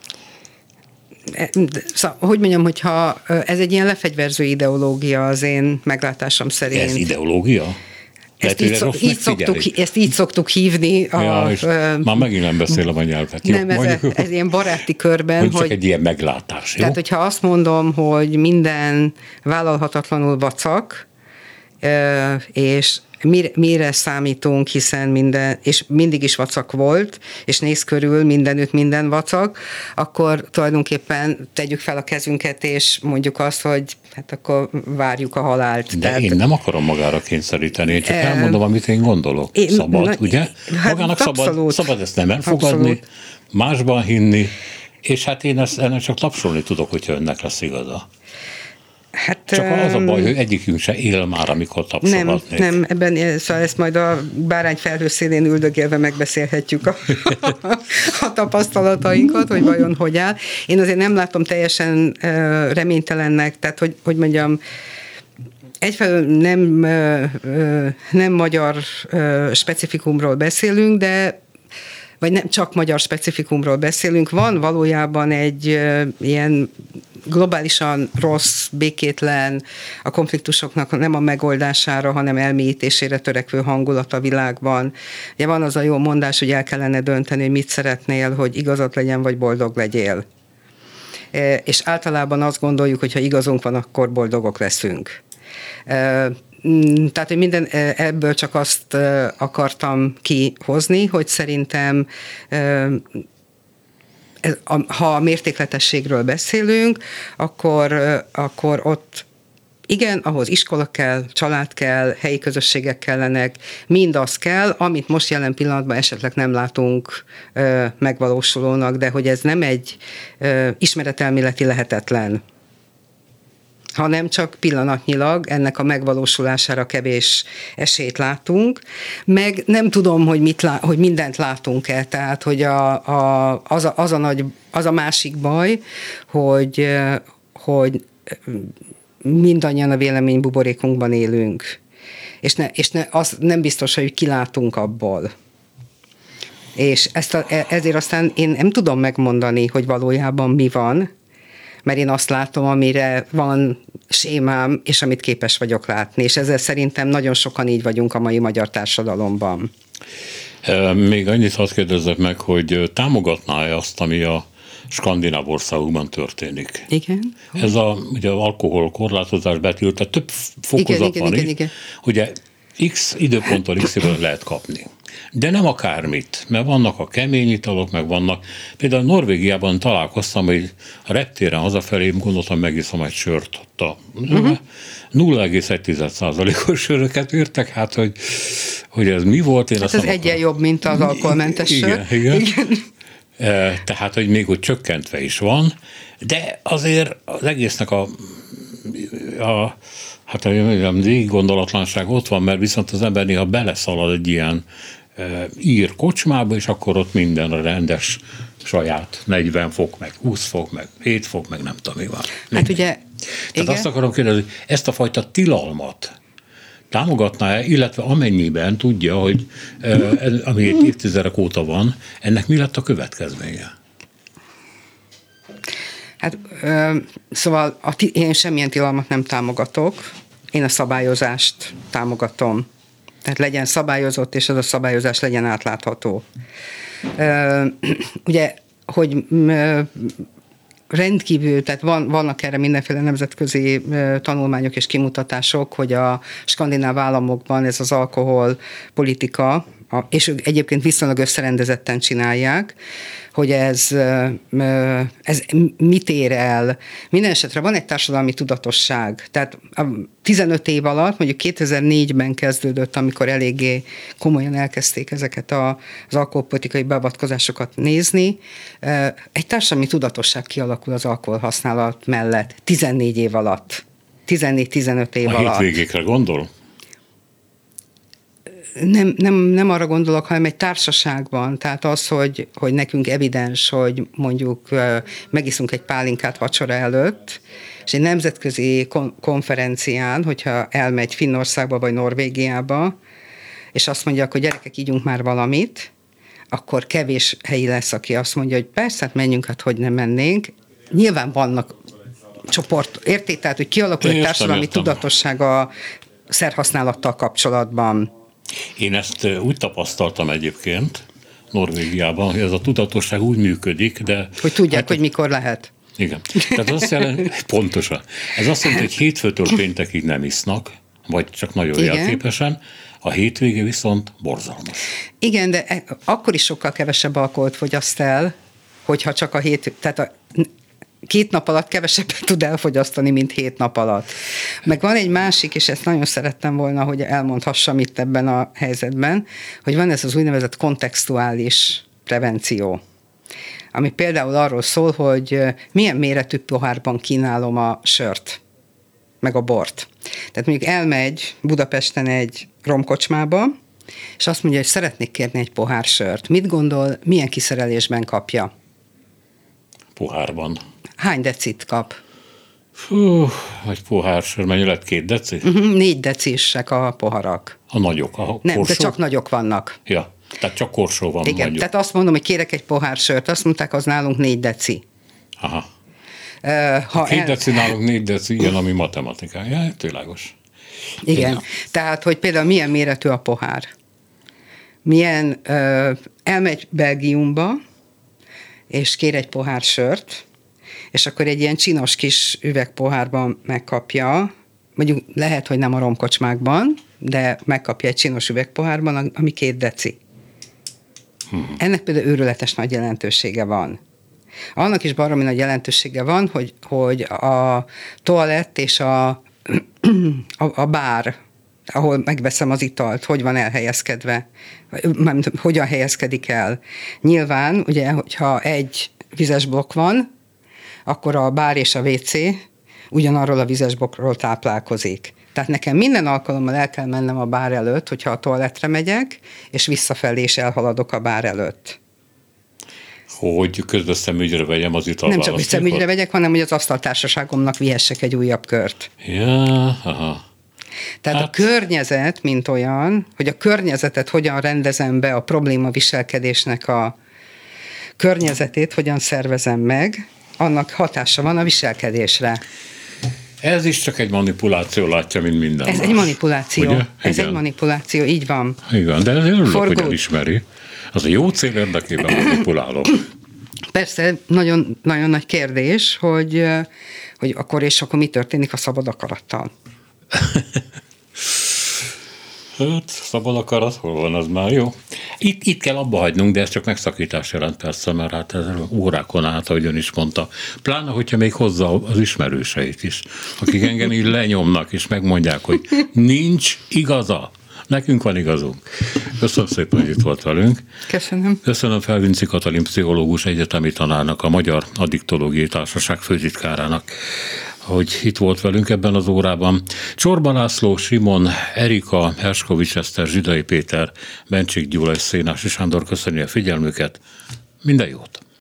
Szóval, hogy mondjam, hogyha ez egy ilyen lefegyverző ideológia az én meglátásom szerint. Ez ideológia? Ezt így, szok, így szoktuk, ezt így szoktuk hívni. A, ja, és uh, már megint nem beszélem a nyelvet. Nem, jó, ez, ez ilyen baráti körben. Hogy csak hogy, egy ilyen meglátás. Jó? Tehát, hogyha azt mondom, hogy minden vállalhatatlanul vacak, és mire, mire számítunk, hiszen minden, és mindig is vacak volt, és néz körül mindenütt minden vacak, akkor tulajdonképpen tegyük fel a kezünket, és mondjuk azt, hogy hát akkor várjuk a halált. De Tehát, én nem akarom magára kényszeríteni, én csak e, elmondom, amit én gondolok. Én, szabad, na, ugye? Magának hát szabad, szabad ezt nem elfogadni, abszolút. Másban hinni, és hát én ezt, ennek csak tapsolni tudok, hogyha önnek lesz igaza. Hát, csak az a baj, hogy egyikünk se él már, amikor tapsolgatnék. Nem, nem, ebben szóval ezt majd a bárány felhőszélén üldögélve megbeszélhetjük a, a tapasztalatainkat, hogy vajon hogy áll. Én azért nem látom teljesen reménytelennek, tehát hogy, hogy mondjam, egyfelől nem, nem magyar specifikumról beszélünk, de vagy nem csak magyar specifikumról beszélünk, van valójában egy ilyen globálisan rossz, békétlen, a konfliktusoknak nem a megoldására, hanem elmélyítésére törekvő hangulat a világban. Ugye van az a jó mondás, hogy el kellene dönteni, hogy mit szeretnél, hogy igazad legyen, vagy boldog legyél. És általában azt gondoljuk, hogy ha igazunk van, akkor boldogok leszünk. Tehát, hogy minden ebből csak azt akartam kihozni, hogy szerintem ha a mértékletességről beszélünk, akkor, akkor ott igen, ahhoz iskola kell, család kell, helyi közösségek kellenek, mindaz kell, amit most jelen pillanatban esetleg nem látunk ö, megvalósulónak, de hogy ez nem egy ö, ismeretelméleti lehetetlen, hanem csak pillanatnyilag ennek a megvalósulására kevés esélyt látunk, meg nem tudom, hogy, mit lá, hogy mindent látunk-e, tehát hogy a, a, az, a, az, a nagy, az a másik baj, hogy, hogy mindannyian a véleménybuborékunkban élünk, és, ne, és ne, az nem biztos, hogy kilátunk abból. És ezt a, ezért aztán én nem tudom megmondani, hogy valójában mi van, mert én azt látom, amire van sémám, és amit képes vagyok látni. És ezzel szerintem nagyon sokan így vagyunk a mai magyar társadalomban. Még annyit hadd kérdezzek meg, hogy támogatná-e azt, ami a skandináv országokban történik? Igen. Ez a, ugye, alkohol korlátozás betiltett, több fokozat igen, van igen, itt. igen, Ugye X időponttal X-ről lehet kapni. De nem akármit, mert vannak a kemény italok, meg vannak. Például Norvégiában találkoztam, hogy a reptéren hazafelé gondoltam, megiszom egy sört ott a uh-huh. nulla egész egy százalékos söröket írtak, hát, hogy, hogy ez mi volt. Én hát ez egyen jobb, mint az alkoholmentes sör. Igen, igen. igen. Tehát, hogy még úgy csökkentve is van, de azért az egésznek a, a hát a gondolatlanság ott van, mert viszont az ember néha beleszalad egy ilyen e, ír kocsmába, és akkor ott minden a rendes saját negyven fok, meg húsz fok, meg hét fok, meg nem tudom, mi van. Hát ugye, Tehát igen? azt akarom kérdezni, hogy ezt a fajta tilalmat támogatná-e, illetve amennyiben tudja, hogy e, ami évtizedek óta van, ennek mi lett a következménye? Hát ö, szóval a, én semmilyen tilalmat nem támogatok, én a szabályozást támogatom. Tehát legyen szabályozott, és az a szabályozás legyen átlátható. Ö, ugye, hogy ö, rendkívül, tehát van, vannak erre mindenféle nemzetközi ö, tanulmányok és kimutatások, hogy a skandináv államokban ez az alkoholpolitika, a, és ők egyébként viszonylag összerendezetten csinálják, hogy ez, ez mit ér el. Minden esetre van egy társadalmi tudatosság. Tehát tizenöt év alatt, mondjuk kétezer-négyben kezdődött, amikor eléggé komolyan elkezdték ezeket az alkoholpolitikai beavatkozásokat nézni, egy társadalmi tudatosság kialakul az alkoholhasználat mellett tizennégy év alatt. tizennégy-tizenöt év a alatt. A hétvégékre gondol? Nem, nem, nem arra gondolok, hanem egy társaságban. Tehát az, hogy, hogy nekünk evidens, hogy mondjuk megiszunk egy pálinkát vacsora előtt, és egy nemzetközi konferencián, hogyha elmegy Finnországba vagy Norvégiába, és azt mondják, hogy gyerekek, ígyunk már valamit, akkor kevés helyi lesz, aki azt mondja, hogy persze, hát menjünk, hát hogy nem mennénk. Nyilván vannak csoport, érték, tehát, hogy kialakul egy társadalmi tudatosság a szerhasználattal kapcsolatban. Én ezt úgy tapasztaltam egyébként Norvégiában, hogy ez a tudatosság úgy működik, de... Hogy tudják, hát, hogy mikor lehet. Igen. Tehát azt jelenti, pontosan. Ez azt jelenti, hogy hétfőtől péntekig nem isznak, vagy csak nagyon jelképesen, a hétvége viszont borzalmas. Igen, de akkor is sokkal kevesebb alkoholt fogyaszt el, hogyha csak a hét... Tehát a két nap alatt kevesebbet tud elfogyasztani, mint hét nap alatt. Meg van egy másik, és ezt nagyon szerettem volna, hogy elmondhassam itt ebben a helyzetben, hogy van ez az úgynevezett kontextuális prevenció, ami például arról szól, hogy milyen méretű pohárban kínálom a sört, meg a bort. Tehát mondjuk elmegy Budapesten egy romkocsmába, és azt mondja, hogy szeretnék kérni egy pohár sört. Mit gondol, milyen kiszerelésben kapja? Pohárban. Hány decit kap? Fú, egy pohár sör, mennyi lett, két deci? Uh-huh, négy decisek a poharak. A nagyok, a korsó? Nem, de csak nagyok vannak. Ja, tehát csak korsó van. Igen, mondjuk. tehát azt mondom, hogy kérek egy pohár sört, azt mondták, az nálunk négy deci. Aha. Ha Két el... deci nálunk, négy deci, ilyen, ami matematikája, világos. Igen. Igen. Tehát, hogy például milyen méretű a pohár. Milyen, ö, elmegy Belgiumba, és kér egy pohár sört, és akkor egy ilyen csinos kis üvegpohárban megkapja, mondjuk lehet, hogy nem a romkocsmákban, de megkapja egy csinos üvegpohárban, ami két deci. Hmm. Ennek például őrületes nagy jelentősége van. Annak is baromi nagy jelentősége van, hogy, hogy a toalett és a, a, a bár, ahol megveszem az italt, hogy van elhelyezkedve, hogyan helyezkedik el. Nyilván, ugye, hogyha egy vizes blokk van, akkor a bár és a vé cé ugyanarról a vizes blokkról táplálkozik. Tehát nekem minden alkalommal el kell mennem a bár előtt, hogyha a toalettre megyek, és visszafelé is elhaladok a bár előtt. Hogy közben szemügyre vegyem az italválasztékot? Nem csak, hogy szemügyre vegyek, hanem hogy az asztaltársaságomnak vihessek egy újabb kört. Ja, aha. Tehát hát... a környezet, mint olyan, hogy a környezetet hogyan rendezem be, a probléma viselkedésnek a környezetét hogyan szervezem meg, annak hatása van a viselkedésre. Ez is csak egy manipuláció, látja, mint minden Ez más. egy manipuláció. Ugye? Ez Igen. egy manipuláció, így van. Igen, de ezért örülök, For hogy good. elismeri. Az a jó cél érdekében manipulálok. Persze, nagyon, nagyon nagy kérdés, hogy, hogy akkor és akkor mi történik a szabad akarattal. Hát, szabad akarat, hol van az már jó? Itt, itt kell abba hagynunk, de ez csak megszakítás jelent persze, mert hát ez órákon át, ahogy ön is mondta. Pláne, hogyha még hozza az ismerőseit is, akik engem így lenyomnak, és megmondják, hogy nincs igaza. Nekünk van igazunk. Köszönöm szépen, hogy itt volt velünk. Köszönöm. Köszönöm Felvinci Katalin pszichológus egyetemi tanárnak, a Magyar Addiktológiai Társaság főtitkárának, hogy itt volt velünk ebben az órában. Csorba László, Simon, Erika, Herskovics Eszter, Zsidai Péter, Bencsik Gyula és Szénási Sándor köszöni a figyelmüket. Minden jót!